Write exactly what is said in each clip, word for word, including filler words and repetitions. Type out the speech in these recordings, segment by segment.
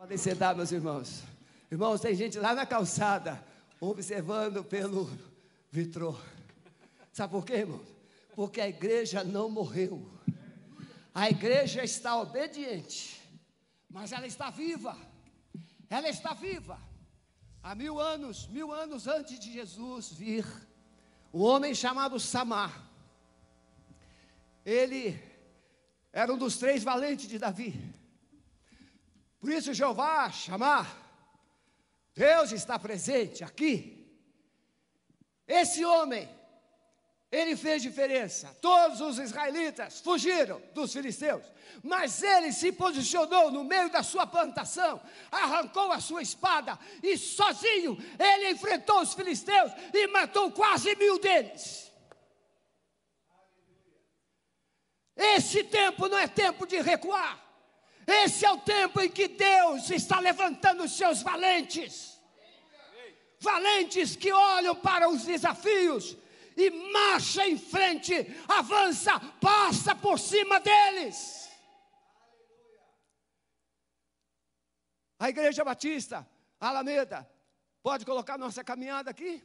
Podem sentar, meus irmãos. Irmãos, tem gente lá na calçada, observando pelo vitrô. Sabe por quê, irmão? Porque a igreja não morreu. A igreja está obediente, mas ela está viva. Ela está viva. Há mil anos, mil anos antes de Jesus vir, um homem chamado Samar, ele era um dos três valentes de Davi. Por isso Jeová, Chamar, Deus está presente aqui. Esse homem, ele fez diferença. Todos os israelitas fugiram dos filisteus, mas ele se posicionou no meio da sua plantação, arrancou a sua espada e sozinho ele enfrentou os filisteus e matou quase mil deles. Esse tempo não é tempo de recuar. Esse é o tempo em que Deus está levantando os seus valentes. Valentes que olham para os desafios e marcha em frente, avança, passa por cima deles. A Igreja Batista, Alameda, pode colocar nossa caminhada aqui?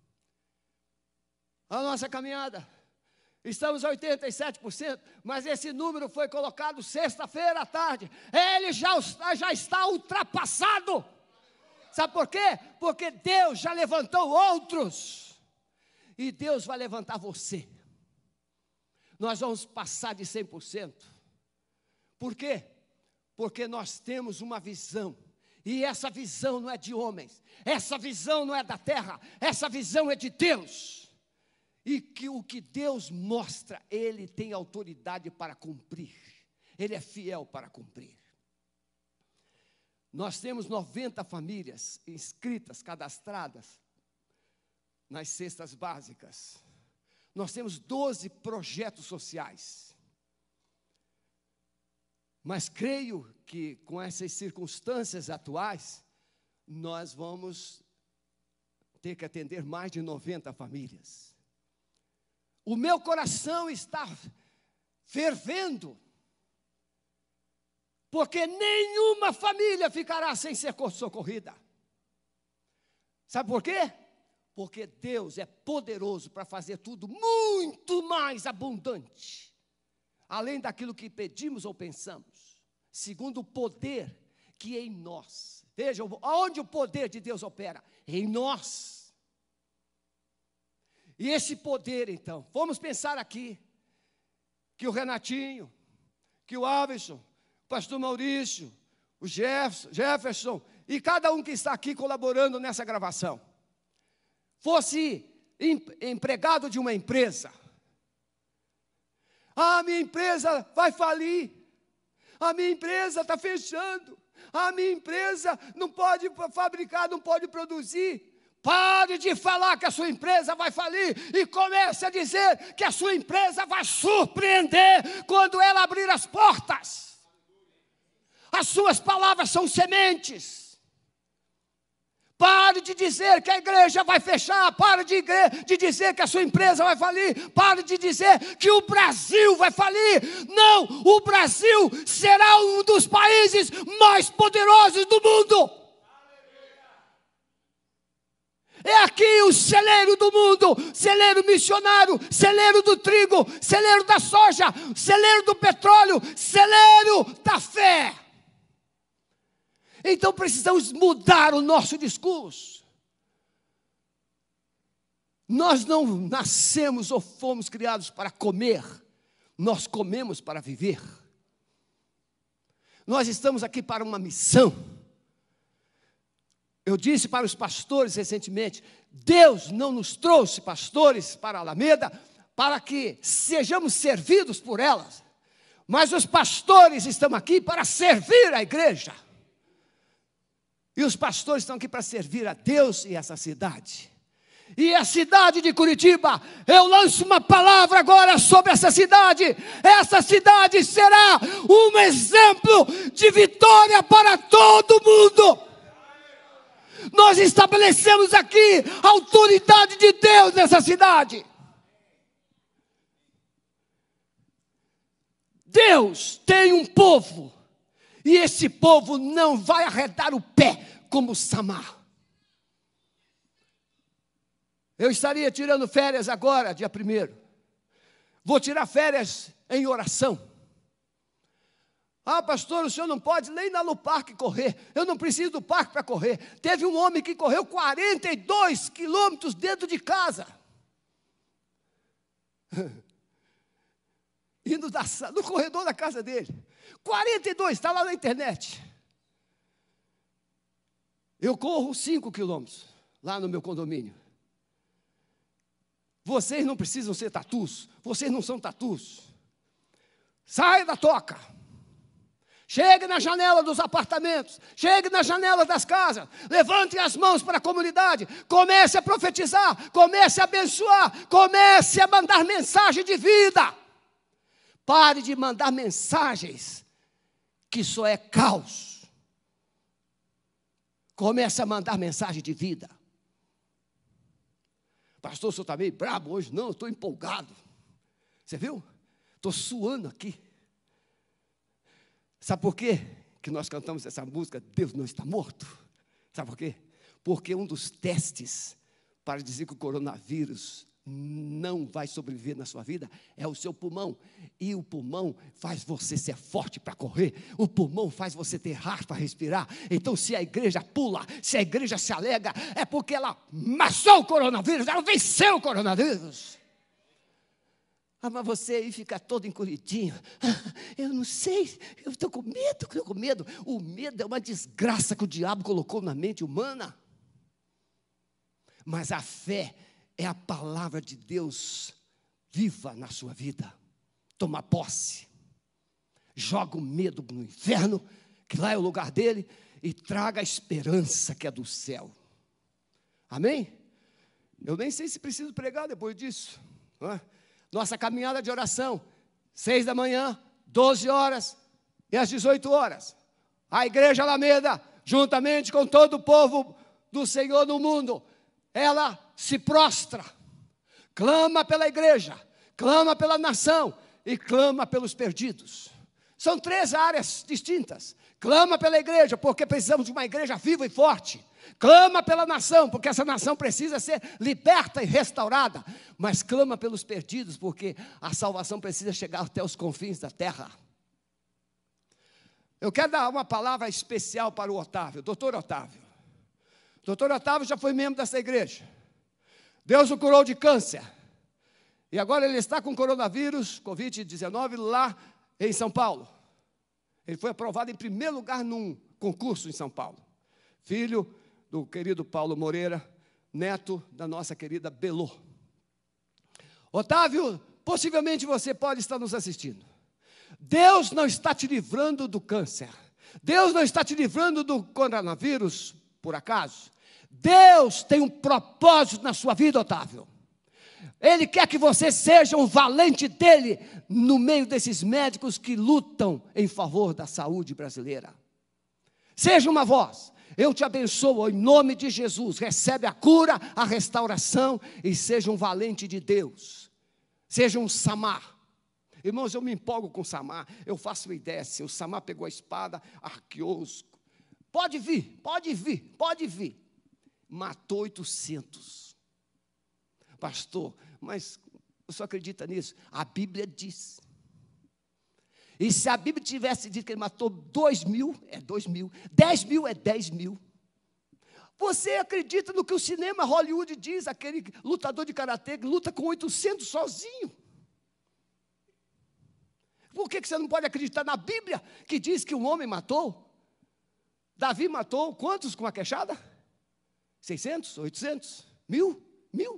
A nossa caminhada. Estamos a oitenta e sete por cento, mas esse número foi colocado sexta-feira à tarde. Ele já, já está ultrapassado. Sabe por quê? Porque Deus já levantou outros. E Deus vai levantar você. Nós vamos passar de cem por cento. Por quê? Porque nós temos uma visão. E essa visão não é de homens. Essa visão não é da terra. Essa visão é de Deus. E que o que Deus mostra, Ele tem autoridade para cumprir. Ele é fiel para cumprir. Nós temos noventa famílias inscritas, cadastradas nas cestas básicas. Nós temos doze projetos sociais. Mas creio que com essas circunstâncias atuais, nós vamos ter que atender mais de noventa famílias. O meu coração está fervendo, porque nenhuma família ficará sem ser socorrida. Sabe por quê? Porque Deus é poderoso para fazer tudo muito mais abundante, além daquilo que pedimos ou pensamos, segundo o poder que é em nós. Veja, aonde o poder de Deus opera? Em nós. E esse poder, então, vamos pensar aqui, que o Renatinho, que o Averson, o pastor Maurício, o Jefferson, Jefferson, e cada um que está aqui colaborando nessa gravação, fosse empregado de uma empresa. Ah, minha empresa vai falir, a minha empresa está fechando, a minha empresa não pode fabricar, não pode produzir. Pare de falar que a sua empresa vai falir e comece a dizer que a sua empresa vai surpreender quando ela abrir as portas. As suas palavras são sementes. Pare de dizer que a igreja vai fechar, pare de, igre- de dizer que a sua empresa vai falir, pare de dizer que o Brasil vai falir. Não, o Brasil será um dos países mais poderosos do mundo. É aqui o celeiro do mundo, celeiro missionário, celeiro do trigo, celeiro da soja, celeiro do petróleo, celeiro da fé. Então precisamos mudar o nosso discurso. Nós não nascemos ou fomos criados para comer, nós comemos para viver. Nós estamos aqui para uma missão. Eu disse para os pastores recentemente, Deus não nos trouxe pastores para a Alameda para que sejamos servidos por elas, mas os pastores estão aqui para servir a igreja. E os pastores estão aqui para servir a Deus e essa cidade. E a cidade de Curitiba, eu lanço uma palavra agora sobre essa cidade. Essa cidade será um exemplo de vitória para todo mundo. Nós estabelecemos aqui a autoridade de Deus nessa cidade. Deus tem um povo E esse povo não vai arredar o pé como Samar. Eu estaria tirando férias agora, dia primeiro. Vou tirar férias em oração. Ah, pastor, o senhor não pode nem ir lá no parque correr. Eu não preciso do parque para correr. Teve um homem que correu quarenta e dois quilômetros dentro de casa. Indo da, no corredor da casa dele. quarenta e dois, está lá na internet. Eu corro cinco quilômetros lá no meu condomínio. Vocês não precisam ser tatus. Vocês não são tatus. Saia da toca. Chegue na janela dos apartamentos. Chegue na janela das casas. Levante as mãos para a comunidade. Comece a profetizar. Comece a abençoar. Comece a mandar mensagem de vida. Pare de mandar mensagens que só é caos. Comece a mandar mensagem de vida. Pastor, o senhor está meio brabo hoje? Não, eu estou empolgado. Você viu? Estou suando aqui. Sabe por quê que nós cantamos essa música, Deus não está morto? Sabe por quê? Porque um dos testes para dizer que o coronavírus não vai sobreviver na sua vida é o seu pulmão. E o pulmão faz você ser forte para correr. O pulmão faz você ter ar para respirar. Então, se a igreja pula, se a igreja se alega, é porque ela amassou o coronavírus, ela venceu o coronavírus. Ah, mas você aí fica todo encolhidinho. Ah, eu não sei, eu estou com medo, estou com medo. O medo é uma desgraça que o diabo colocou na mente humana. Mas a fé é a palavra de Deus viva na sua vida. Toma posse. Joga o medo no inferno, que lá é o lugar dele, e traga a esperança que é do céu. Amém? Eu nem sei se preciso pregar depois disso. Não é? Nossa caminhada de oração, seis da manhã, doze horas e às dezoito horas. A Igreja Alameda, juntamente com todo o povo do Senhor no mundo, ela se prostra, clama pela igreja, clama pela nação e clama pelos perdidos. São três áreas distintas. Clama pela igreja, porque precisamos de uma igreja viva e forte. Clama pela nação, porque essa nação precisa ser liberta e restaurada. Mas clama pelos perdidos, porque a salvação precisa chegar até os confins da terra. Eu quero dar uma palavra especial para o Otávio, doutor Otávio. Doutor Otávio já foi membro dessa igreja. Deus o curou de câncer. E agora ele está com coronavírus, covid dezenove, lá em São Paulo. Ele foi aprovado em primeiro lugar num concurso em São Paulo. Filho do querido Paulo Moreira, neto da nossa querida Belô. Otávio, possivelmente você pode estar nos assistindo. Deus não está te livrando do câncer. Deus não está te livrando do coronavírus, por acaso. Deus tem um propósito na sua vida, Otávio. Ele quer que você seja um valente dele no meio desses médicos que lutam em favor da saúde brasileira. Seja uma voz. Eu te abençoo em nome de Jesus. Recebe a cura, a restauração e seja um valente de Deus. Seja um Samar. Irmãos, eu me empolgo com o Samar. Eu faço uma ideia assim. O Samar pegou a espada, arqueou os... Pode vir, pode vir, pode vir. Matou oitocentos. Pastor, mas o senhor acredita nisso? A Bíblia diz. E se a Bíblia tivesse dito que ele matou dois mil, é dois mil. Dez mil é dez mil. Você acredita no que o cinema Hollywood diz, aquele lutador de karatê que luta com oitocentos sozinho? Por que você não pode acreditar na Bíblia que diz que um homem matou? Davi matou quantos com a queixada? seiscentos, oitocentos, mil, mil.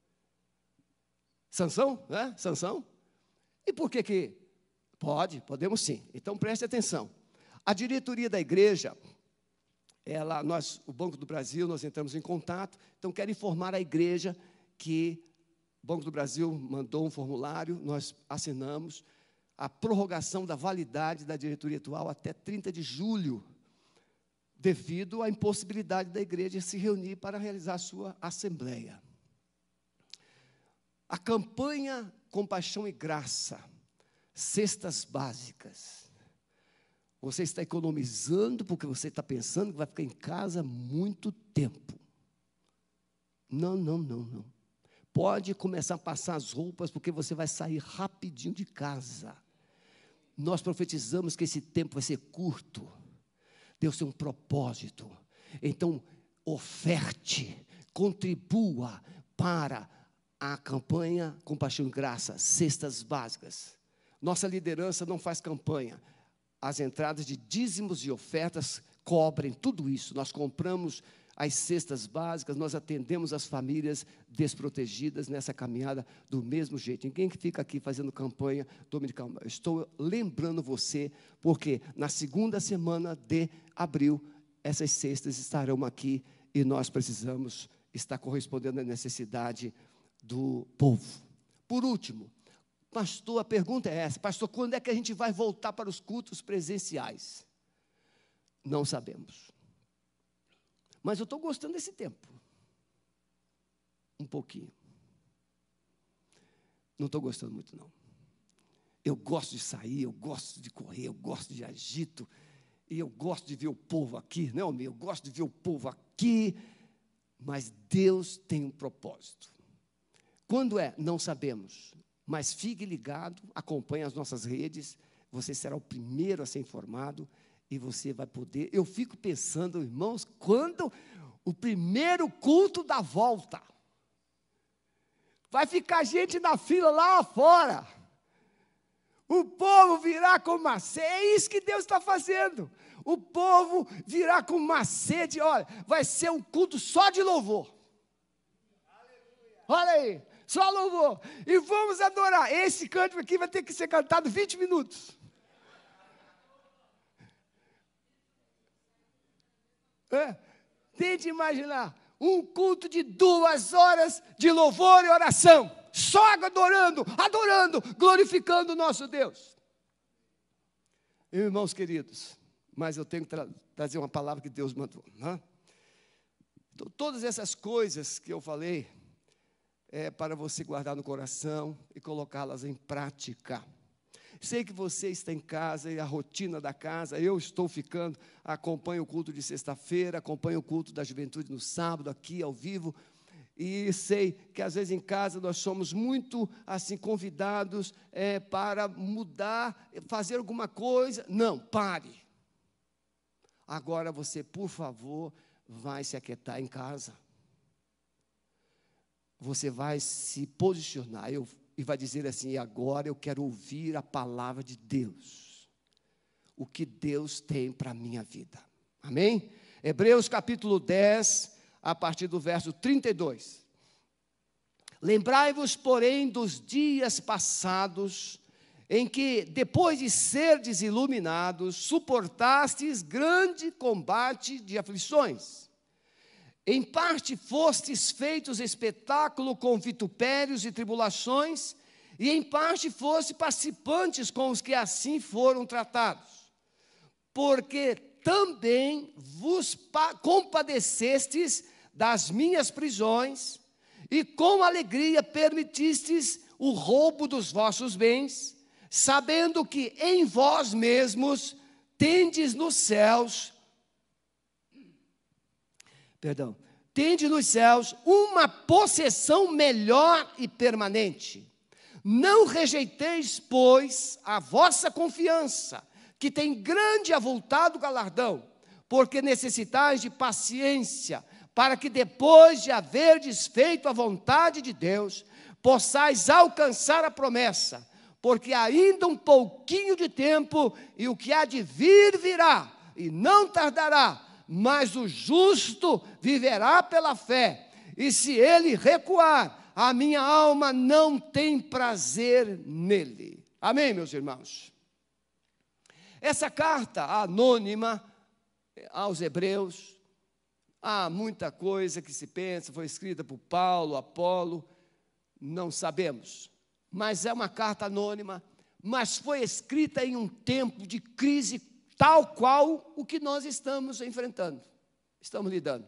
Sansão, né? Sansão. E por que que... Pode, podemos sim. Então, preste atenção. A diretoria da igreja, ela, nós, o Banco do Brasil, nós entramos em contato. Então, quero informar a igreja que o Banco do Brasil mandou um formulário, nós assinamos a prorrogação da validade da diretoria atual até trinta de julho, devido à impossibilidade da igreja se reunir para realizar a sua assembleia. A campanha Compaixão e Graça, cestas básicas. Você está economizando porque você está pensando que vai ficar em casa muito tempo. Não, não, não, não. Pode começar a passar as roupas, porque você vai sair rapidinho de casa. Nós profetizamos que esse tempo vai ser curto. Deus tem um propósito. Então, oferte, contribua para a campanha Compaixão e Graça, cestas básicas. Nossa liderança não faz campanha. As entradas de dízimos e ofertas cobrem tudo isso. Nós compramos as cestas básicas, nós atendemos as famílias desprotegidas nessa caminhada do mesmo jeito. Ninguém que fica aqui fazendo campanha dominical. Eu estou lembrando você, porque na segunda semana de abril, essas cestas estarão aqui e nós precisamos estar correspondendo à necessidade do povo. Por último, pastor, a pergunta é essa: pastor, quando é que a gente vai voltar para os cultos presenciais? Não sabemos. Mas eu estou gostando desse tempo. Um pouquinho. Não estou gostando muito, não. Eu gosto de sair, eu gosto de correr, eu gosto de agito, e eu gosto de ver o povo aqui, não, meu, eu gosto de ver o povo aqui, mas Deus tem um propósito. Quando é? Não sabemos, mas fique ligado, acompanhe as nossas redes, você será o primeiro a ser informado, e você vai poder. Eu fico pensando, irmãos, quando o primeiro culto da volta, vai ficar gente na fila lá fora, o povo virá com uma sede, é isso que Deus está fazendo, o povo virá com uma sede, olha, vai ser um culto só de louvor, olha aí, só louvor, e vamos adorar. Esse cântico aqui vai ter que ser cantado vinte minutos, é, tente imaginar, um culto de duas horas de louvor e oração, só adorando, adorando, glorificando o nosso Deus. Irmãos queridos, mas eu tenho que tra trazer uma palavra que Deus mandou, né? Então, todas essas coisas que eu falei, é para você guardar no coração e colocá-las em prática. Sei que você está em casa e a rotina da casa, eu estou ficando, acompanho o culto de sexta-feira, acompanho o culto da juventude no sábado, aqui ao vivo, e sei que às vezes em casa nós somos muito assim convidados é, para mudar, fazer alguma coisa. Não, pare. Agora você, por favor, vai se aquietar em casa. Você vai se posicionar, eu e vai dizer assim: agora eu quero ouvir a palavra de Deus, o que Deus tem para a minha vida, amém? Hebreus capítulo dez, a partir do verso trinta e dois, lembrai-vos, porém, dos dias passados, em que, depois de serdes iluminados, suportastes grande combate de aflições. Em parte fostes feitos espetáculo com vitupérios e tribulações, e em parte foste participantes com os que assim foram tratados. Porque também vos compadecestes das minhas prisões, e com alegria permitistes o roubo dos vossos bens, sabendo que em vós mesmos tendes nos céus Perdão, tende nos céus uma possessão melhor e permanente. Não rejeiteis, pois, a vossa confiança, que tem grande e avultado galardão, porque necessitais de paciência, para que depois de haverdes feito a vontade de Deus, possais alcançar a promessa, porque ainda um pouquinho de tempo, e o que há de vir virá, e não tardará. Mas o justo viverá pela fé, e se ele recuar, a minha alma não tem prazer nele. Amém, meus irmãos? Essa carta anônima aos Hebreus, há muita coisa que se pensa, foi escrita por Paulo, Apolo, não sabemos, mas é uma carta anônima, mas foi escrita em um tempo de crise tal qual o que nós estamos enfrentando, estamos lidando.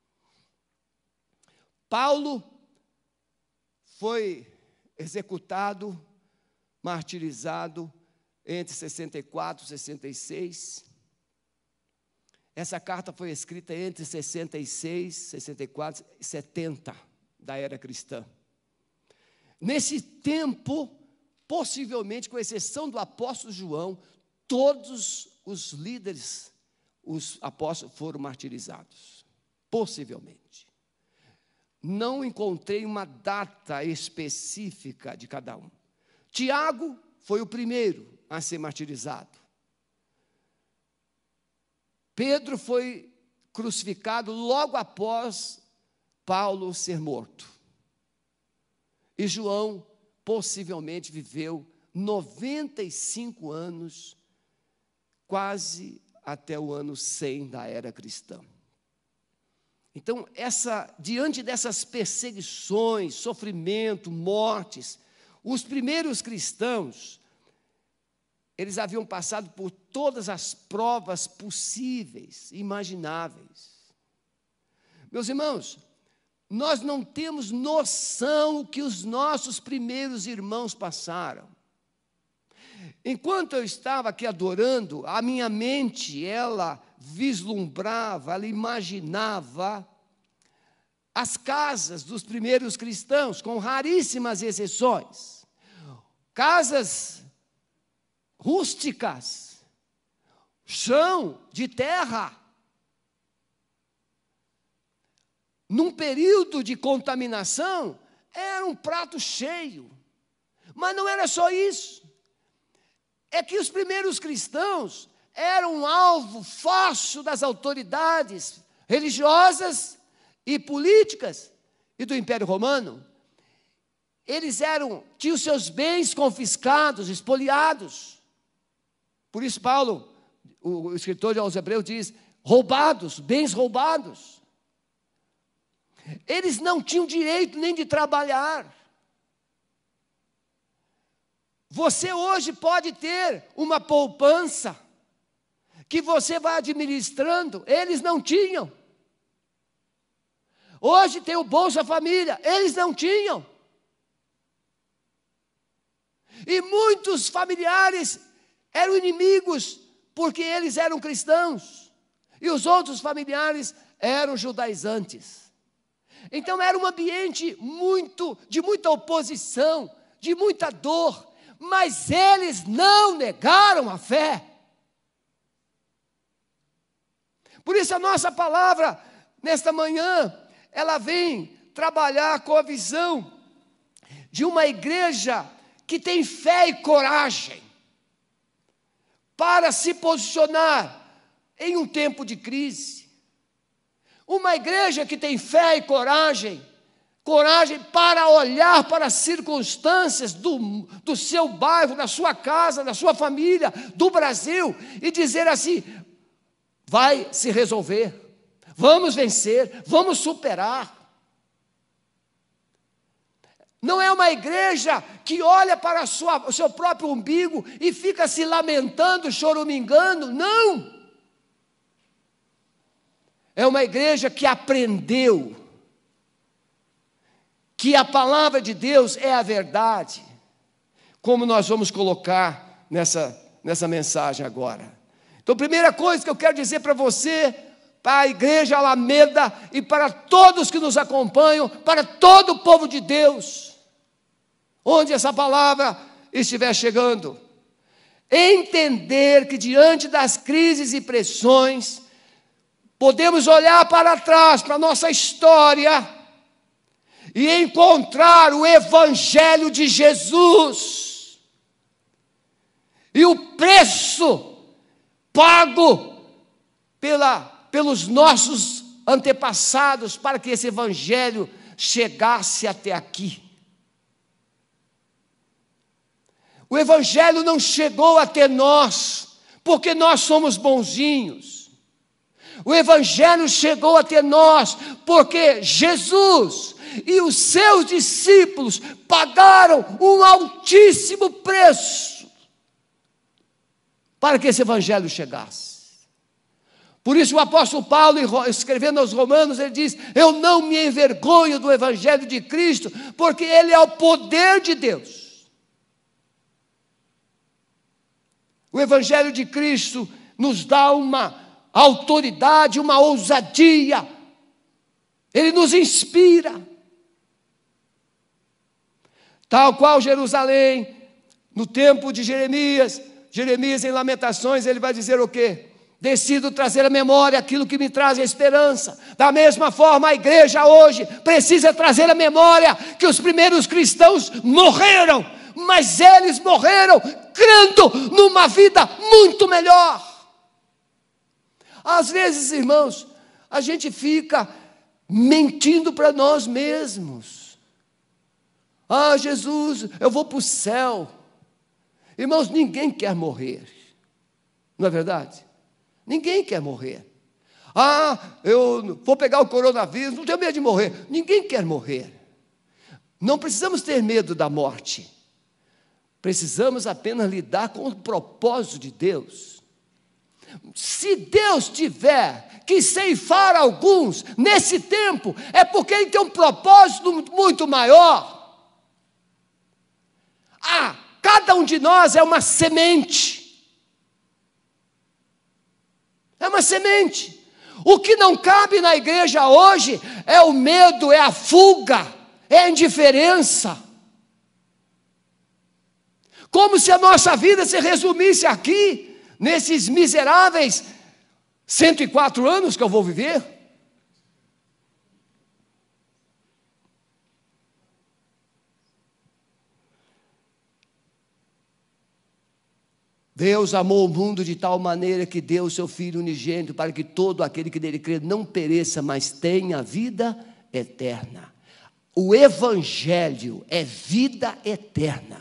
Paulo foi executado, martirizado entre sessenta e quatro e sessenta e seis. Essa carta foi escrita entre sessenta e seis, sessenta e quatro e setenta da era cristã. Nesse tempo, possivelmente, com exceção do apóstolo João, todos os líderes, os apóstolos, foram martirizados. Possivelmente. Não encontrei uma data específica de cada um. Tiago foi o primeiro a ser martirizado. Pedro foi crucificado logo após Paulo ser morto. E João possivelmente viveu noventa e cinco anos, quase até o ano cem da era cristã. Então, essa, diante dessas perseguições, sofrimento, mortes, os primeiros cristãos, eles haviam passado por todas as provas possíveis, imagináveis. Meus irmãos, nós não temos noção o que os nossos primeiros irmãos passaram. Enquanto eu estava aqui adorando, a minha mente, ela vislumbrava, ela imaginava as casas dos primeiros cristãos, com raríssimas exceções. Casas rústicas, chão de terra. Num período de contaminação, era um prato cheio. Mas não era só isso. É que os primeiros cristãos eram um alvo fácil das autoridades religiosas e políticas e do Império Romano. Eles eram, tinham seus bens confiscados, espoliados. Por isso Paulo, o escritor aos Hebreus, diz, roubados, bens roubados. Eles não tinham direito nem de trabalhar. Você hoje pode ter uma poupança que você vai administrando, eles não tinham. Hoje tem o Bolsa Família, eles não tinham. E muitos familiares eram inimigos, porque eles eram cristãos, e os outros familiares eram judaizantes. Então era um ambiente muito, de muita oposição, de muita dor, mas eles não negaram a fé. Por isso a nossa palavra, nesta manhã, ela vem trabalhar com a visão de uma igreja que tem fé e coragem para se posicionar em um tempo de crise. Uma igreja que tem fé e coragem, coragem para olhar para as circunstâncias do, do seu bairro, da sua casa, da sua família, do Brasil, e dizer assim, vai se resolver, vamos vencer, vamos superar. Não é uma igreja que olha para a sua, o seu próprio umbigo e fica se lamentando, choramingando, não. É uma igreja que aprendeu que a palavra de Deus é a verdade, como nós vamos colocar nessa, nessa mensagem agora. Então, a primeira coisa que eu quero dizer para você, para a igreja Alameda e para todos que nos acompanham, para todo o povo de Deus, onde essa palavra estiver chegando, entender que diante das crises e pressões, podemos olhar para trás, para a nossa história, e encontrar o Evangelho de Jesus, e o preço pago pela, pelos nossos antepassados, para que esse Evangelho chegasse até aqui. O Evangelho não chegou até nós, porque nós somos bonzinhos. O Evangelho chegou até nós, porque Jesus e os seus discípulos pagaram um altíssimo preço para que esse Evangelho chegasse. Por isso o apóstolo Paulo, escrevendo aos Romanos, ele diz, eu não me envergonho do Evangelho de Cristo, porque ele é o poder de Deus O Evangelho de Cristo nos dá uma autoridade, uma ousadia. Ele nos inspira. Tal qual Jerusalém, no tempo de Jeremias, Jeremias em Lamentações, ele vai dizer o quê? Decido trazer à memória aquilo que me traz a esperança. Da mesma forma, a igreja hoje precisa trazer à memória que os primeiros cristãos morreram, mas eles morreram crendo numa vida muito melhor. Às vezes, irmãos, a gente fica mentindo para nós mesmos. Ah, Jesus, eu vou para o céu. Irmãos, ninguém quer morrer, não é verdade? Ninguém quer morrer. Ah, eu vou pegar o coronavírus, não tenho medo de morrer. Ninguém quer morrer. Não precisamos ter medo da morte. Precisamos apenas lidar com o propósito de Deus. Se Deus tiver que ceifar alguns nesse tempo, é porque Ele tem um propósito muito maior. Ah, cada um de nós é uma semente. É uma semente. O que não cabe na igreja hoje é o medo, é a fuga, é a indiferença. Como se a nossa vida se resumisse aqui, nesses miseráveis cento e quatro anos que eu vou viver. Deus amou o mundo de tal maneira que deu o seu Filho unigênito para que todo aquele que nele crê não pereça, mas tenha vida eterna. O Evangelho é vida eterna.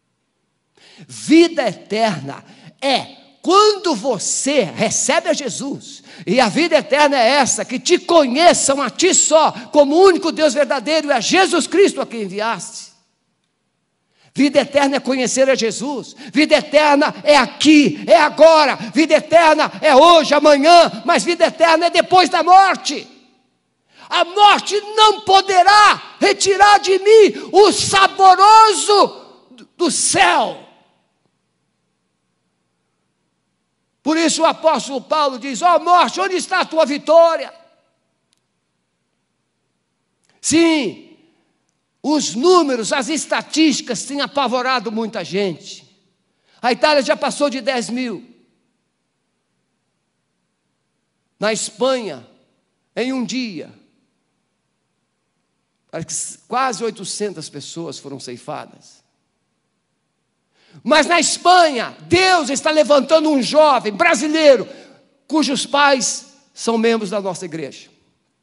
Vida eterna é quando você recebe a Jesus, e a vida eterna é essa, que te conheçam a ti só, como o único Deus verdadeiro, e a Jesus Cristo a quem enviaste. Vida eterna é conhecer a Jesus. Vida eterna é aqui, é agora. Vida eterna é hoje, amanhã. Mas vida eterna é depois da morte. A morte não poderá retirar de mim o saboroso do céu. Por isso o apóstolo Paulo diz: ó morte, onde está a tua vitória? Sim, os números, as estatísticas têm apavorado muita gente. A Itália já passou de dez mil. Na Espanha, em um dia, quase oitocentas pessoas foram ceifadas. Mas na Espanha, Deus está levantando um jovem brasileiro, cujos pais são membros da nossa igreja.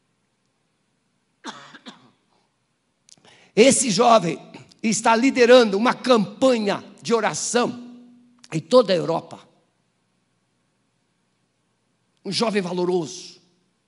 Esse jovem está liderando uma campanha de oração em toda a Europa. Um jovem valoroso.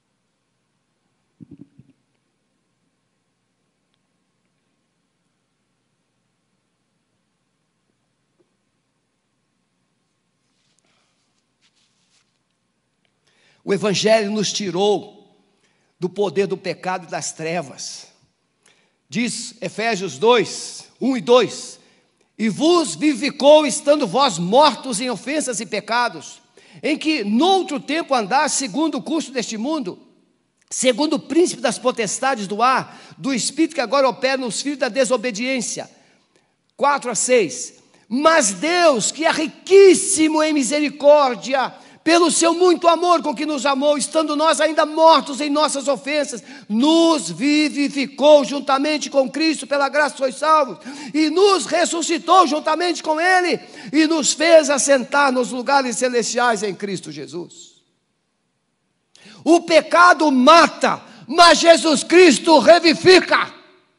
O Evangelho nos tirou do poder do pecado e das trevas. Diz Efésios dois, um e dois: e vos vivificou, estando vós mortos em ofensas e pecados, em que noutro tempo andaste segundo o curso deste mundo, segundo o príncipe das potestades do ar, do espírito que agora opera nos filhos da desobediência. quatro a seis: mas Deus, que é riquíssimo em misericórdia, pelo seu muito amor com que nos amou, estando nós ainda mortos em nossas ofensas, nos vivificou juntamente com Cristo, pela graça sois salvos, e nos ressuscitou juntamente com Ele, e nos fez assentar nos lugares celestiais em Cristo Jesus. O pecado mata, mas Jesus Cristo revivifica.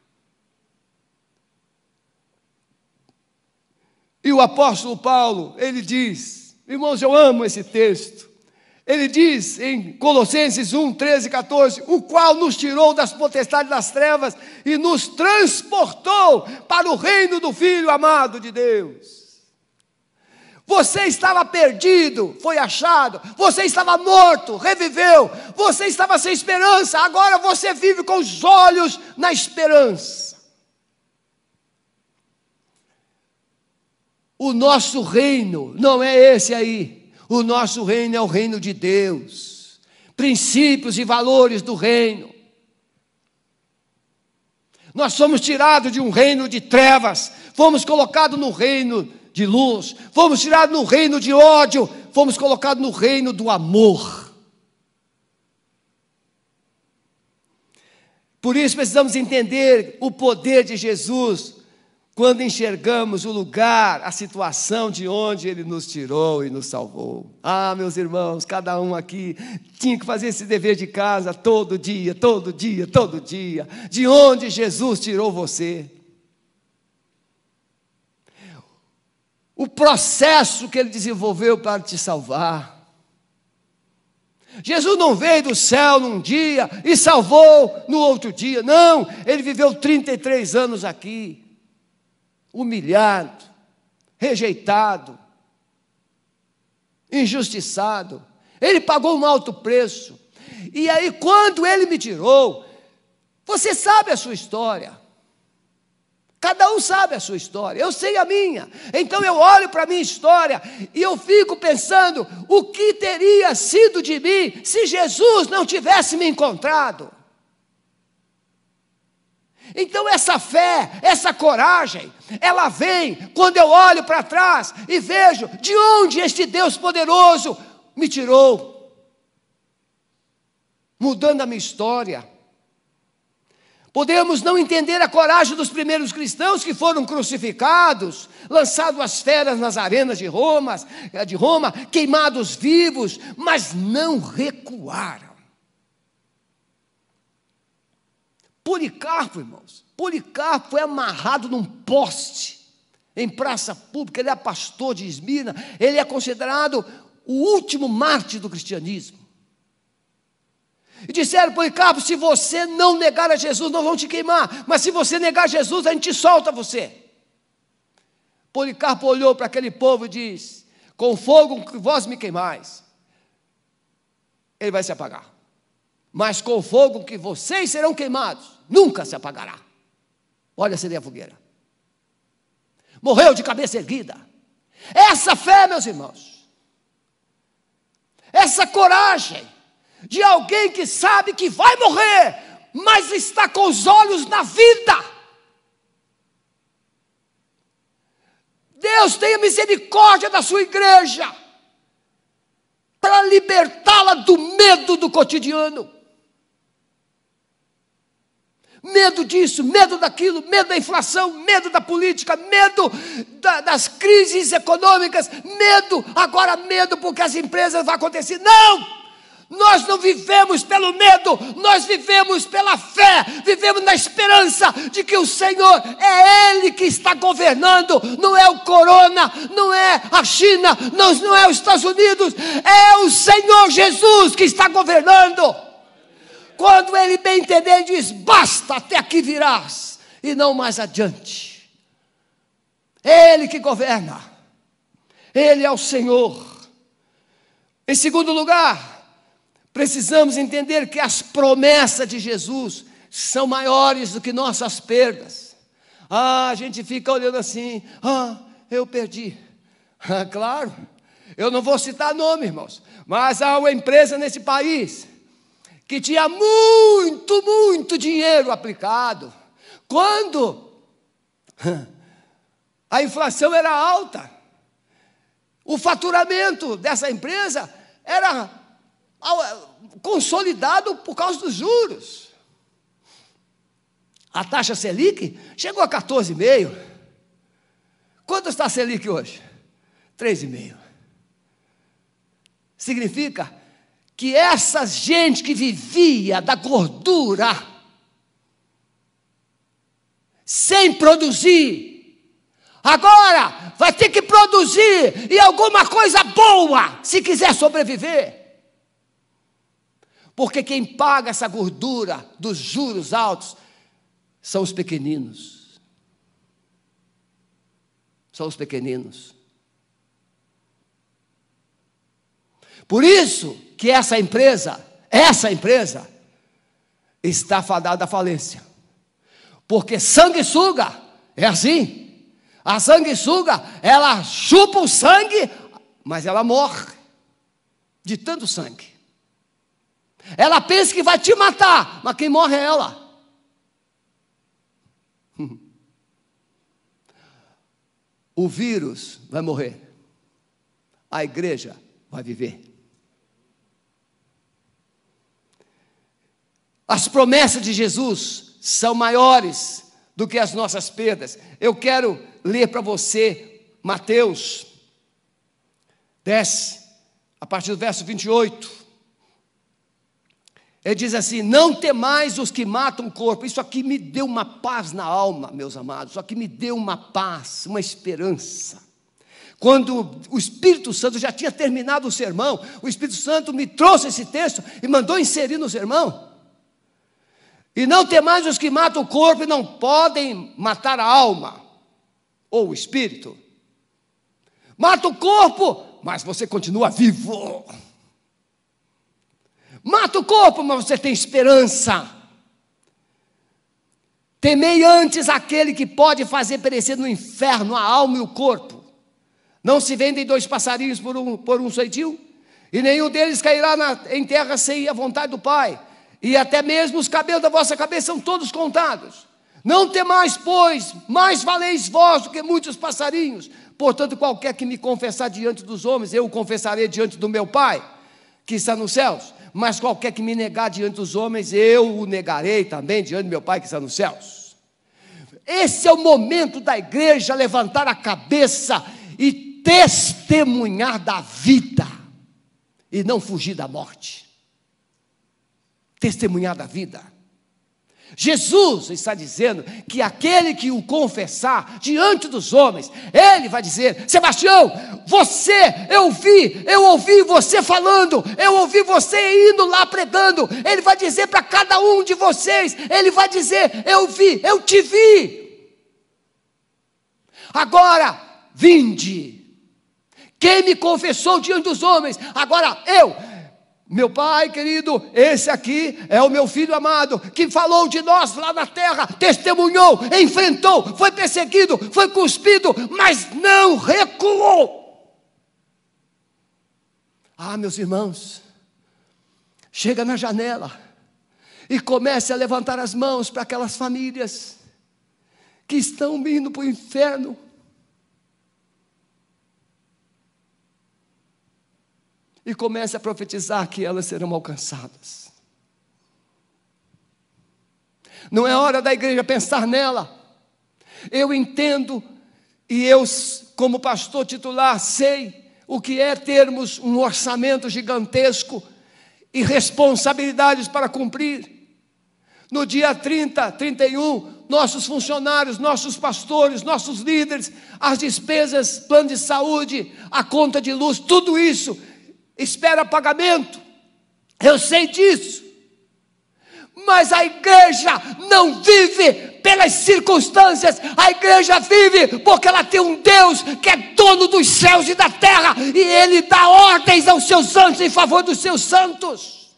E o apóstolo Paulo, ele diz, irmãos, eu amo esse texto. Ele diz em Colossenses um, treze e catorze: o qual nos tirou das potestades das trevas e nos transportou para o reino do Filho amado de Deus. Você estava perdido, foi achado. Você estava morto, reviveu. Você estava sem esperança, agora você vive com os olhos na esperança. O nosso reino não é esse aí. O nosso reino é o reino de Deus. Princípios e valores do reino. Nós somos tirados de um reino de trevas, fomos colocados no reino de luz, fomos tirados no reino de ódio, fomos colocados no reino do amor. Por isso precisamos entender o poder de Jesus, quando enxergamos o lugar, a situação de onde Ele nos tirou e nos salvou. Ah, meus irmãos, cada um aqui tinha que fazer esse dever de casa todo dia, todo dia, todo dia. De onde Jesus tirou você. O processo que Ele desenvolveu para te salvar. Jesus não veio do céu num dia e salvou no outro dia. Não, Ele viveu trinta e três anos aqui. Humilhado, rejeitado, injustiçado. Ele pagou um alto preço. E aí, quando Ele me tirou, você sabe a sua história. Cada um sabe a sua história. Eu sei a minha. Então eu olho para a minha história e eu fico pensando: o que teria sido de mim se Jesus não tivesse me encontrado? Então essa fé, essa coragem, ela vem quando eu olho para trás e vejo de onde este Deus poderoso me tirou, mudando a minha história. Podemos não entender a coragem dos primeiros cristãos que foram crucificados, lançados às feras nas arenas de Roma, de Roma, queimados vivos, mas não recuaram. Policarpo, irmãos, Policarpo foi amarrado num poste em praça pública. Ele é pastor de Esmirna. Ele é considerado o último mártir do cristianismo. E disseram: Policarpo, se você não negar a Jesus, não vão te queimar, mas se você negar Jesus, a gente solta você. Policarpo olhou para aquele povo e disse: com fogo que vós me queimais, ele vai se apagar. Mas com o fogo que vocês serão queimados, nunca se apagará. Olha, acender a fogueira. Morreu de cabeça erguida. Essa fé, meus irmãos, essa coragem de alguém que sabe que vai morrer, mas está com os olhos na vida. Deus tenha misericórdia da sua igreja, para libertá-la do medo do cotidiano. Medo disso, medo daquilo, medo da inflação, medo da política, medo da, das crises econômicas, medo, agora medo porque as empresas vão acontecer. Não! Nós não vivemos pelo medo, nós vivemos pela fé, vivemos na esperança de que o Senhor é Ele que está governando, não é o corona, não é a China, não, não é os Estados Unidos, é o Senhor Jesus que está governando. Quando Ele bem entender, Ele diz: basta, até aqui virás, e não mais adiante. É Ele que governa, Ele é o Senhor. Em segundo lugar, precisamos entender que as promessas de Jesus são maiores do que nossas perdas. Ah, a gente fica olhando assim: ah, eu perdi. Ah, claro, eu não vou citar nome, irmãos, mas há uma empresa nesse país que tinha muito, muito dinheiro aplicado. Quando a inflação era alta, o faturamento dessa empresa era consolidado por causa dos juros. A taxa Selic chegou a quatorze vírgula cinco. Quanto está a Selic hoje? três vírgula cinco. Significa que essa gente que vivia da gordura, sem produzir, agora vai ter que produzir e alguma coisa boa, se quiser sobreviver. Porque quem paga essa gordura dos juros altos são os pequeninos. São os pequeninos. Por isso que essa empresa, essa empresa, está fadada à falência. Porque sanguessuga é assim. A sanguessuga, ela chupa o sangue, mas ela morre de tanto sangue. Ela pensa que vai te matar, mas quem morre é ela. O vírus vai morrer, a igreja vai viver. As promessas de Jesus são maiores do que as nossas perdas. Eu quero ler para você Mateus dez, a partir do verso vinte e oito. Ele diz assim: não temais os que matam o corpo. Isso aqui me deu uma paz na alma, meus amados. Isso aqui me deu uma paz, uma esperança. Quando o Espírito Santo já tinha terminado o sermão, o Espírito Santo me trouxe esse texto e mandou inserir no sermão. E não temais os que matam o corpo e não podem matar a alma, ou o espírito. Mata o corpo, mas você continua vivo. Mata o corpo, mas você tem esperança. Temei antes aquele que pode fazer perecer no inferno a alma e o corpo. Não se vendem dois passarinhos por um, por um ceitil, e nenhum deles cairá na, em terra sem a vontade do Pai. E até mesmo os cabelos da vossa cabeça são todos contados. Não temais, pois, mais valeis vós do que muitos passarinhos. Portanto, qualquer que me confessar diante dos homens, eu o confessarei diante do meu Pai, que está nos céus. Mas qualquer que me negar diante dos homens, eu o negarei também diante do meu Pai, que está nos céus. Esse é o momento da igreja levantar a cabeça e testemunhar da vida, e não fugir da morte. Testemunhar da vida. Jesus está dizendo que aquele que o confessar diante dos homens, ele vai dizer: Sebastião, você, eu vi, eu ouvi você falando, eu ouvi você indo lá pregando. Ele vai dizer para cada um de vocês, ele vai dizer: eu vi, eu te vi. Agora, vinde. Quem me confessou diante dos homens, agora eu. Meu Pai querido, esse aqui é o meu Filho amado, que falou de nós lá na terra, testemunhou, enfrentou, foi perseguido, foi cuspido, mas não recuou. Ah, meus irmãos, chega na janela e comece a levantar as mãos para aquelas famílias que estão indo para o inferno. E comece a profetizar que elas serão alcançadas. Não é hora da igreja pensar nela. Eu entendo, e eu, como pastor titular, sei o que é termos um orçamento gigantesco e responsabilidades para cumprir. No dia trinta, trinta e um, nossos funcionários, nossos pastores, nossos líderes, as despesas, plano de saúde, a conta de luz, tudo isso espera pagamento. Eu sei disso. Mas a igreja não vive pelas circunstâncias. A igreja vive porque ela tem um Deus que é dono dos céus e da terra, e Ele dá ordens aos seus anjos em favor dos seus santos.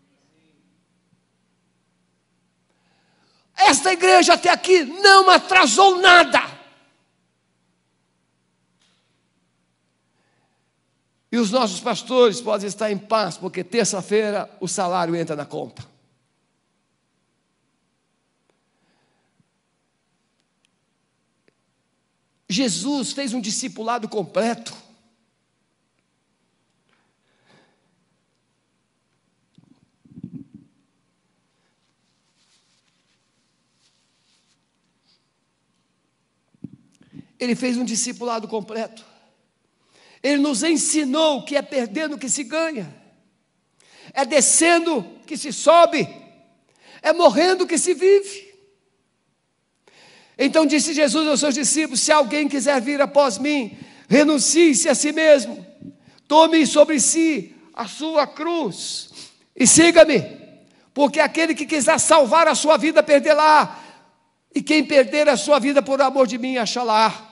Esta igreja até aqui não atrasou nada. E os nossos pastores podem estar em paz, porque terça-feira o salário entra na conta. Jesus fez um discipulado completo. Ele fez um discipulado completo. Ele nos ensinou que é perdendo que se ganha, é descendo que se sobe, é morrendo que se vive. Então disse Jesus aos seus discípulos: se alguém quiser vir após mim, renuncie-se a si mesmo, tome sobre si a sua cruz e siga-me, porque aquele que quiser salvar a sua vida, perdê-la, e quem perder a sua vida por amor de mim, achá-la.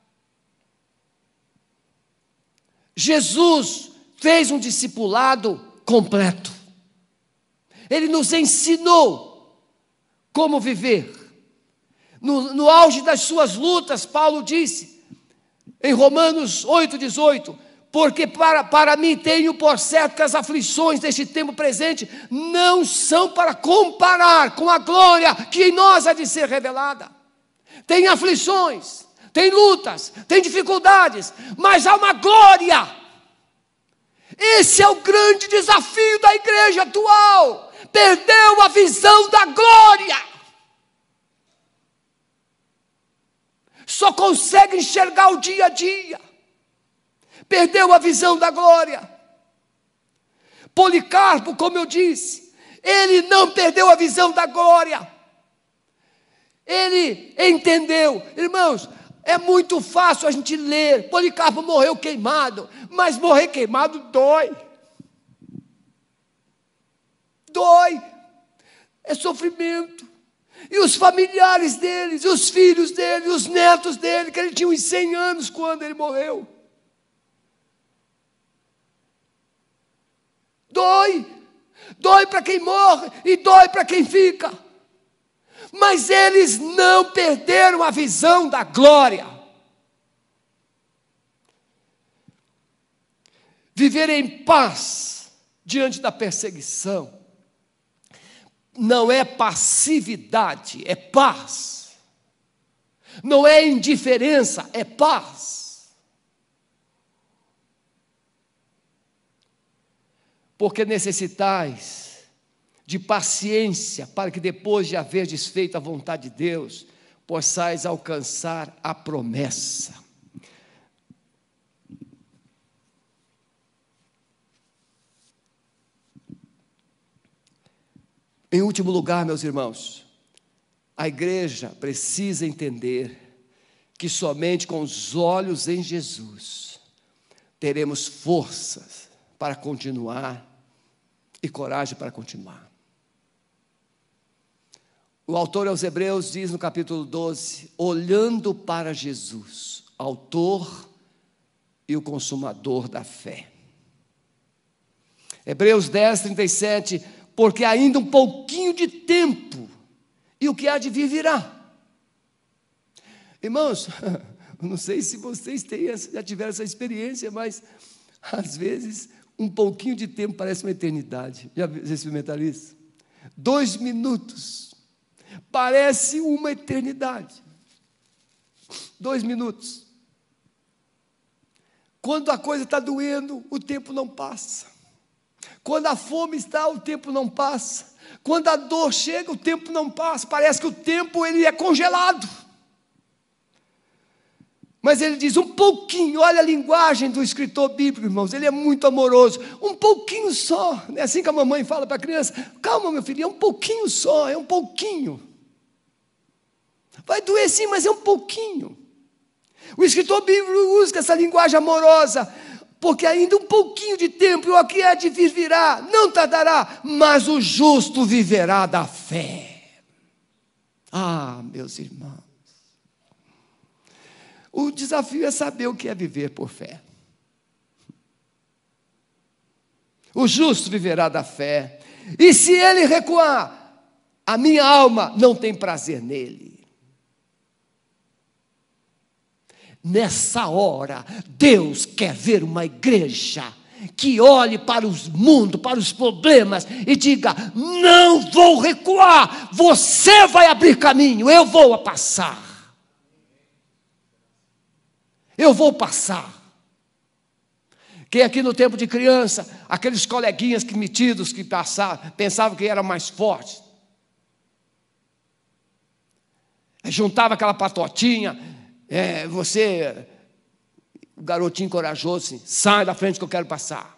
Jesus fez um discipulado completo. Ele nos ensinou como viver. no, no auge das suas lutas, Paulo disse, em Romanos oito, dezoito, porque para, para mim tenho por certo que as aflições deste tempo presente não são para comparar com a glória que em nós há de ser revelada. Tem aflições, tem lutas, tem dificuldades, mas há uma glória. Esse é o grande desafio da igreja atual. Perdeu a visão da glória. Só consegue enxergar o dia a dia. Perdeu a visão da glória. Policarpo, como eu disse, ele não perdeu a visão da glória. Ele entendeu, irmãos, é muito fácil a gente ler, Policarpo morreu queimado, mas morrer queimado dói. Dói, é sofrimento. E os familiares deles, os filhos dele, os netos dele, que ele tinha uns cem anos quando ele morreu. Dói, dói para quem morre e dói para quem fica. Mas eles não perderam a visão da glória. Viver em paz diante da perseguição não é passividade, é paz. Não é indiferença, é paz. Porque necessitais de paciência, para que depois de haver desfeito a vontade de Deus, possais alcançar a promessa. Em último lugar, meus irmãos, a igreja precisa entender que somente com os olhos em Jesus teremos forças para continuar e coragem para continuar. O autor aos Hebreus diz no capítulo doze, olhando para Jesus, autor e o consumador da fé. Hebreus dez, trinta e sete, porque ainda um pouquinho de tempo, e o que há de vir virá. Irmãos, não sei se vocês têm, já tiveram essa experiência, mas às vezes um pouquinho de tempo parece uma eternidade. Já experimentaram isso? Dois minutos parece uma eternidade. Dois minutos. Quando a coisa está doendo, o tempo não passa. Quando a fome está, o tempo não passa. Quando a dor chega, o tempo não passa. Parece que o tempo ele é congelado. Mas ele diz um pouquinho, olha a linguagem do escritor bíblico, irmãos, ele é muito amoroso, um pouquinho só, é assim que a mamãe fala para a criança, calma meu filho, é um pouquinho só, é um pouquinho, vai doer sim, mas é um pouquinho. O escritor bíblico usa essa linguagem amorosa, porque ainda um pouquinho de tempo, e o que há de vir virá, não tardará, mas o justo viverá da fé. Ah, meus irmãos, o desafio é saber o que é viver por fé. O justo viverá da fé. E se ele recuar, a minha alma não tem prazer nele. Nessa hora, Deus quer ver uma igreja que olhe para os mundos, para os problemas e diga, não vou recuar, você vai abrir caminho, eu vou passar. Eu vou passar. Quem aqui no tempo de criança, aqueles coleguinhas que metidos que passavam, pensavam que eram mais fortes. Juntava aquela patotinha, é, você, o garotinho corajoso, assim, sai da frente que eu quero passar.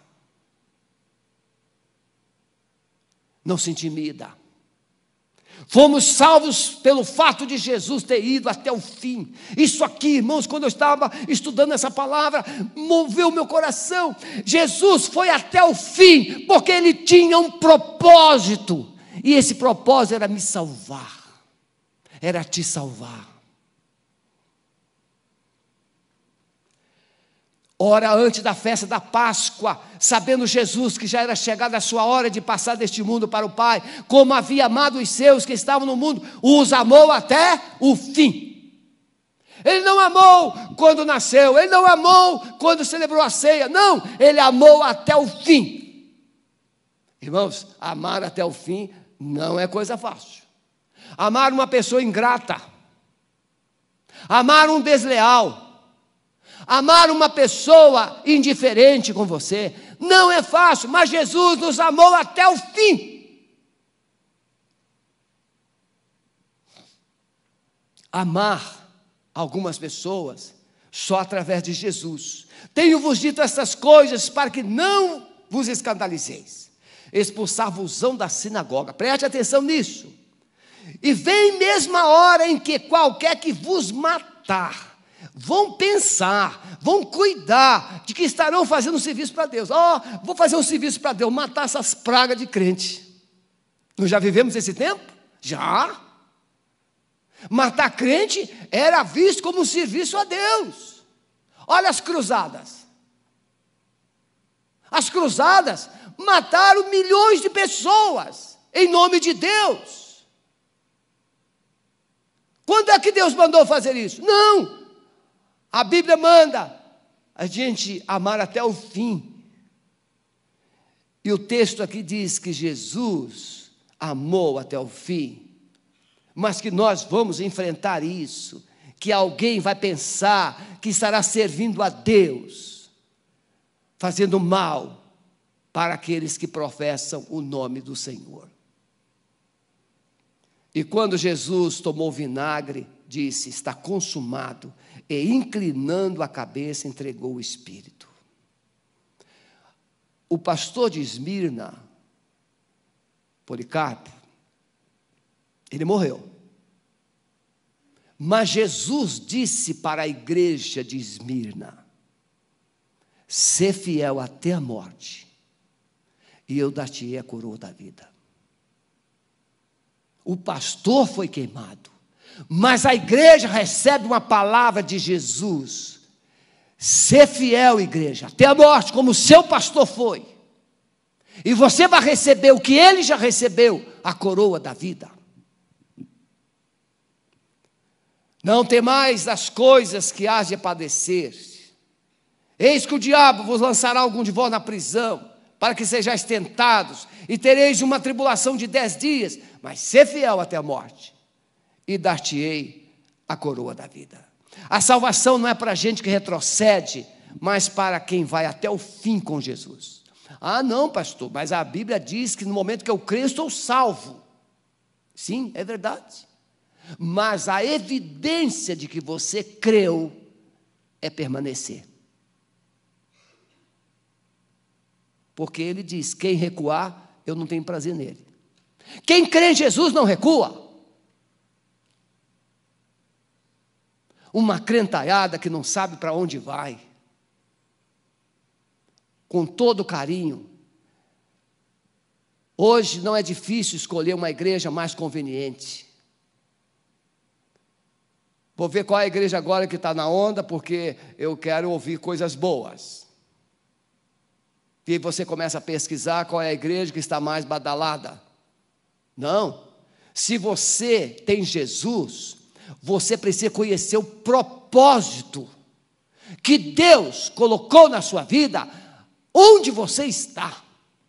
Não se intimida. Fomos salvos pelo fato de Jesus ter ido até o fim. Isso aqui, irmãos, quando eu estava estudando essa palavra, moveu o meu coração. Jesus foi até o fim, porque Ele tinha um propósito. E esse propósito era me salvar. Era te salvar. Ora, antes da festa da Páscoa, sabendo Jesus que já era chegada a sua hora de passar deste mundo para o Pai, como havia amado os seus que estavam no mundo, os amou até o fim. Ele não amou quando nasceu, ele não amou quando celebrou a ceia, não, ele amou até o fim. Irmãos, amar até o fim não é coisa fácil. Amar uma pessoa ingrata, amar um desleal, amar uma pessoa indiferente com você, não é fácil, mas Jesus nos amou até o fim. Amar algumas pessoas só através de Jesus. Tenho-vos dito essas coisas para que não vos escandalizeis. Expulsar-vos-ão da sinagoga. Preste atenção nisso. E vem mesmo a hora em que qualquer que vos matar, vão pensar, vão cuidar de que estarão fazendo um serviço para Deus. Ó, oh, vou fazer um serviço para Deus, matar essas pragas de crente. Nós já vivemos esse tempo? Já. Matar crente era visto como um serviço a Deus. Olha as cruzadas. As cruzadas mataram milhões de pessoas em nome de Deus. Quando é que Deus mandou fazer isso? Não. A Bíblia manda a gente amar até o fim. E o texto aqui diz que Jesus amou até o fim, mas que nós vamos enfrentar isso, que alguém vai pensar que estará servindo a Deus, fazendo mal para aqueles que professam o nome do Senhor. E quando Jesus tomou vinagre, disse, está consumado, e inclinando a cabeça, entregou o Espírito. O pastor de Esmirna, Policarpo, ele morreu. Mas Jesus disse para a igreja de Esmirna, sê fiel até a morte, e eu dar-te-ei a coroa da vida. O pastor foi queimado, mas a igreja recebe uma palavra de Jesus, ser fiel, igreja, até a morte, como o seu pastor foi, e você vai receber o que ele já recebeu, a coroa da vida. Não temais as coisas que hás de padecer, eis que o diabo vos lançará algum de vós na prisão, para que sejais tentados, e tereis uma tribulação de dez dias, mas ser fiel até a morte, e dar-te-ei a coroa da vida. A salvação não é para gente que retrocede, mas para quem vai até o fim com Jesus. Ah, não, pastor, mas a Bíblia diz que no momento que eu creio, eu estou salvo. Sim, é verdade. Mas a evidência de que você creu é permanecer. Porque ele diz, quem recuar, eu não tenho prazer nele. Quem crê em Jesus não recua. Uma crentalhada que não sabe para onde vai, com todo carinho. Hoje não é difícil escolher uma igreja mais conveniente. Vou ver qual é a igreja agora que está na onda, porque eu quero ouvir coisas boas. E você começa a pesquisar qual é a igreja que está mais badalada. Não. Se você tem Jesus, você precisa conhecer o propósito que Deus colocou na sua vida, onde você está.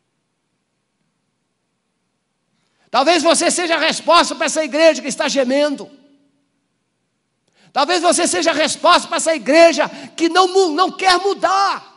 Talvez você seja a resposta para essa igreja que está gemendo. Talvez você seja a resposta para essa igreja que não, não quer mudar.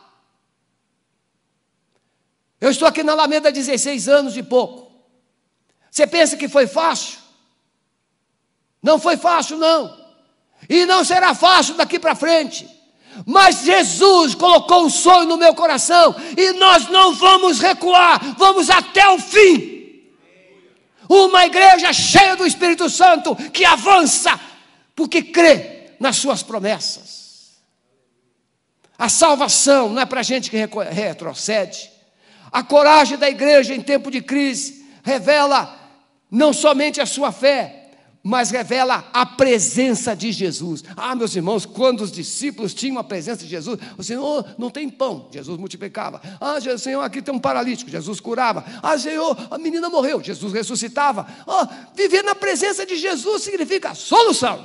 Eu estou aqui na Alameda há dezesseis anos e pouco. Você pensa que foi fácil? Não foi fácil, não. E não será fácil daqui para frente. Mas Jesus colocou um sonho no meu coração, e nós não vamos recuar, vamos até o fim. Uma igreja cheia do Espírito Santo, que avança, porque crê nas suas promessas. A salvação não é para gente que retrocede. A coragem da igreja em tempo de crise revela não somente a sua fé, mas revela a presença de Jesus. Ah, meus irmãos, quando os discípulos tinham a presença de Jesus, o Senhor, não tem pão, Jesus multiplicava. Ah, Senhor, aqui tem um paralítico, Jesus curava. Ah, Senhor, a menina morreu, Jesus ressuscitava. Ah, viver na presença de Jesus significa solução.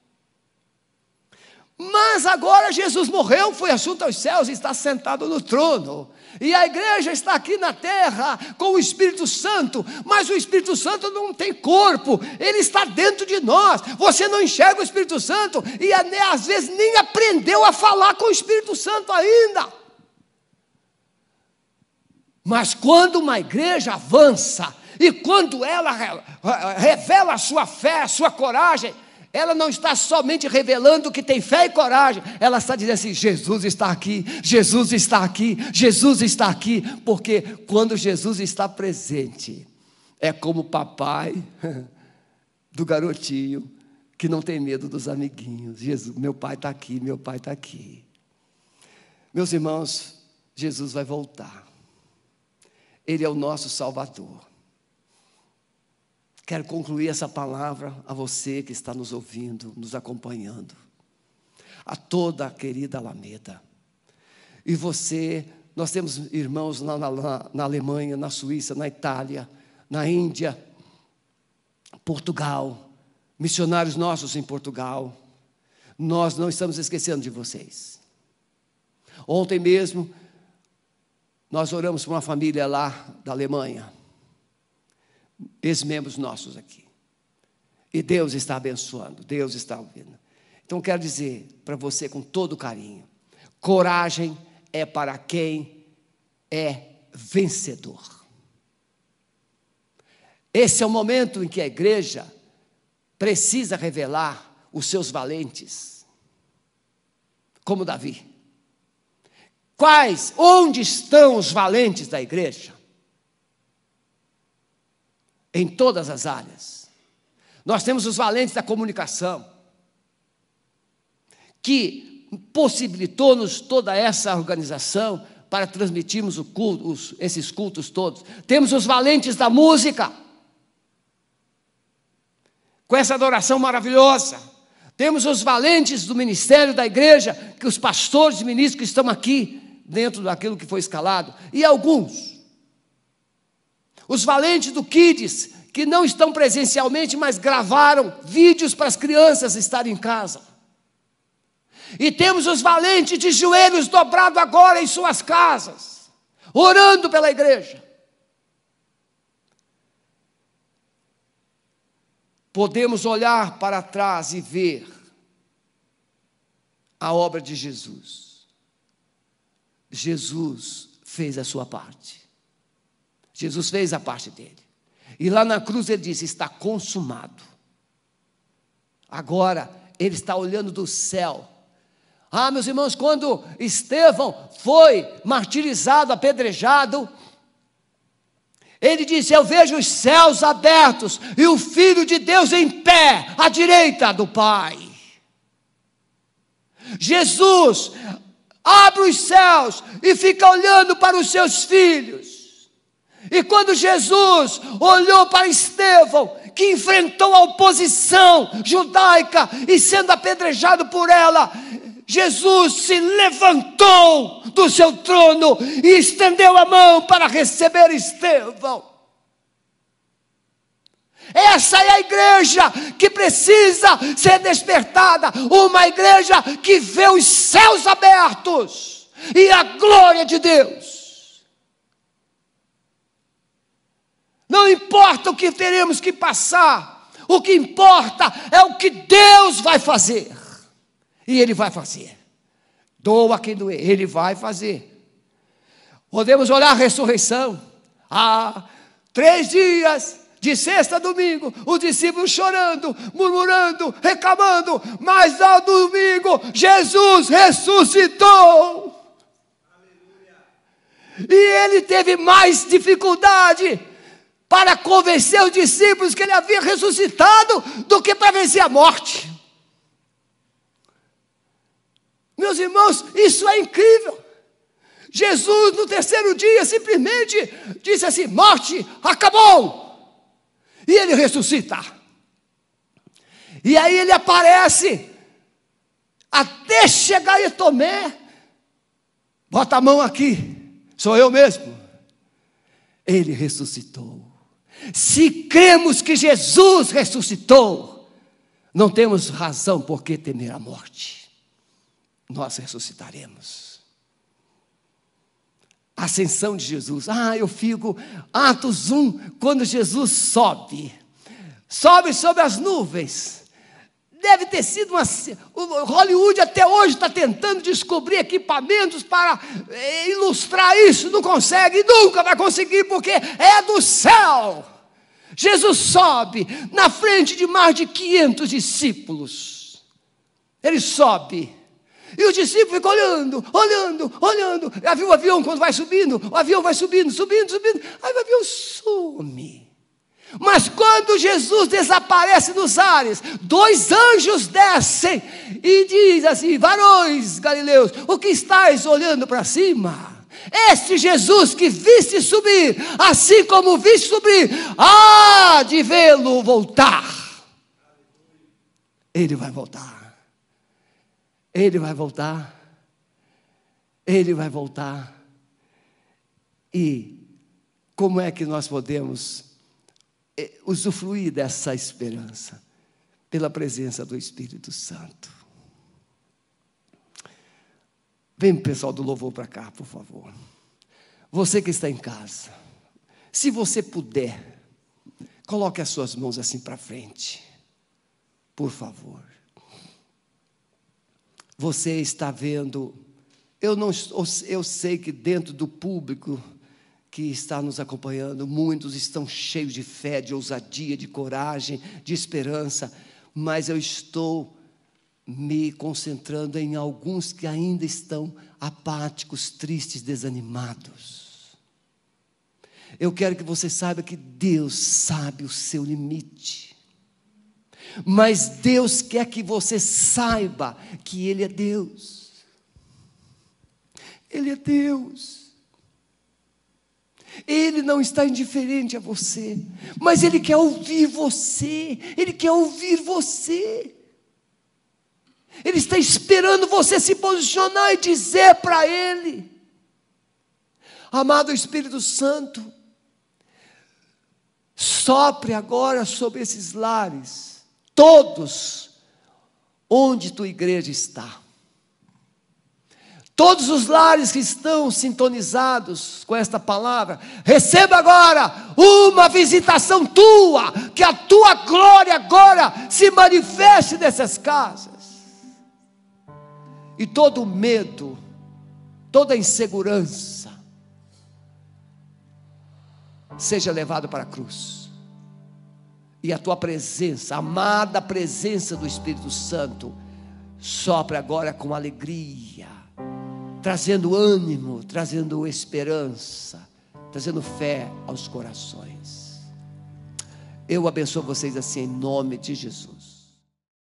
Mas agora Jesus morreu, foi assunto aos céus e está sentado no trono. E a igreja está aqui na terra com o Espírito Santo, mas o Espírito Santo não tem corpo, ele está dentro de nós. Você não enxerga o Espírito Santo e às vezes nem aprendeu a falar com o Espírito Santo ainda. Mas quando uma igreja avança e quando ela revela a sua fé, a sua coragem, ela não está somente revelando que tem fé e coragem, ela está dizendo assim: Jesus está aqui, Jesus está aqui, Jesus está aqui, porque quando Jesus está presente, é como o papai do garotinho, que não tem medo dos amiguinhos. Jesus, meu pai está aqui, meu pai está aqui. Meus irmãos, Jesus vai voltar, Ele é o nosso Salvador. Quero concluir essa palavra a você que está nos ouvindo, nos acompanhando, a toda a querida Alameda. E você, nós temos irmãos lá na, na, na Alemanha, na Suíça, na Itália, na Índia, Portugal, missionários nossos em Portugal. Nós não estamos esquecendo de vocês. Ontem mesmo, nós oramos por uma família lá da Alemanha, ex-membros nossos aqui, e Deus está abençoando, Deus está ouvindo. Então quero dizer para você com todo carinho: coragem é para quem é vencedor. Esse é o momento em que a igreja precisa revelar os seus valentes, como Davi. Quais, onde estão os valentes da igreja? Em todas as áreas. Nós temos os valentes da comunicação, que possibilitou-nos toda essa organização para transmitirmos o culto, os, esses cultos todos. Temos os valentes da música, com essa adoração maravilhosa. Temos os valentes do ministério da igreja, que os pastores e ministros que estão aqui, dentro daquilo que foi escalado, e alguns. Os valentes do Kids, que não estão presencialmente, mas gravaram vídeos para as crianças estarem em casa. E temos os valentes de joelhos dobrados agora em suas casas, orando pela igreja. Podemos olhar para trás e ver a obra de Jesus. Jesus fez a sua parte. Jesus fez a parte dele. E lá na cruz ele disse: está consumado. Agora ele está olhando do céu. Ah, meus irmãos, quando Estevão foi martirizado, apedrejado, ele disse: eu vejo os céus abertos e o Filho de Deus em pé, à direita do Pai. Jesus abre os céus e fica olhando para os seus filhos. E quando Jesus olhou para Estevão, que enfrentou a oposição judaica e sendo apedrejado por ela, Jesus se levantou do seu trono e estendeu a mão para receber Estevão. Essa é a igreja que precisa ser despertada, uma igreja que vê os céus abertos e a glória de Deus. Não importa o que teremos que passar, o que importa é o que Deus vai fazer. E Ele vai fazer. Doa quem doer, Ele vai fazer. Podemos olhar a ressurreição. Há três dias, de sexta a domingo, os discípulos chorando, murmurando, reclamando, mas ao domingo Jesus ressuscitou. Aleluia. E Ele teve mais dificuldade para convencer os discípulos que Ele havia ressuscitado do que para vencer a morte. Meus irmãos, isso é incrível. Jesus, no terceiro dia, simplesmente disse assim: morte, acabou. E Ele ressuscita. E aí ele aparece, até chegar em Tomé. Bota a mão aqui, sou eu mesmo. Ele ressuscitou. Se cremos que Jesus ressuscitou, não temos razão por que temer a morte. Nós ressuscitaremos. Ascensão de Jesus. Ah, eu fico, Atos um, quando Jesus sobe, sobe sobre as nuvens. Deve ter sido uma... O Hollywood até hoje está tentando descobrir equipamentos para ilustrar isso. Não consegue, nunca vai conseguir, porque é do céu. Jesus sobe na frente de mais de quinhentos discípulos. Ele sobe. E os discípulos ficam olhando, olhando, olhando. Já viu o avião quando vai subindo? O avião vai subindo, subindo, subindo. Aí o avião some. Mas quando Jesus desaparece nos ares, dois anjos descem e diz assim: varões galileus, o que estáis olhando para cima? Este Jesus que viste subir, assim como viste subir, há de vê-lo voltar. Ele vai voltar. Ele vai voltar. Ele vai voltar. E como é que nós podemos usufruir dessa esperança? Pela presença do Espírito Santo. Vem, pessoal do louvor, para cá, por favor. Você que está em casa, se você puder, coloque as suas mãos assim para frente, por favor. Você está vendo, eu, não, eu sei que dentro do público que está nos acompanhando, muitos estão cheios de fé, de ousadia, de coragem, de esperança, mas eu estou me concentrando em alguns que ainda estão apáticos, tristes, desanimados. Eu quero que você saiba que Deus sabe o seu limite, mas Deus quer que você saiba que Ele é Deus. Ele é Deus. Ele não está indiferente a você, mas Ele quer ouvir você. Ele quer ouvir você. Ele está esperando você se posicionar e dizer para Ele: amado Espírito Santo, sopre agora sobre esses lares, todos, onde tua igreja está. Todos os lares que estão sintonizados com esta palavra, receba agora uma visitação tua, que a tua glória agora se manifeste nessas casas. E todo medo, toda insegurança, seja levado para a cruz. E a tua presença, a amada presença do Espírito Santo, sopra agora com alegria, trazendo ânimo, trazendo esperança, trazendo fé aos corações. Eu abençoo vocês assim em nome de Jesus.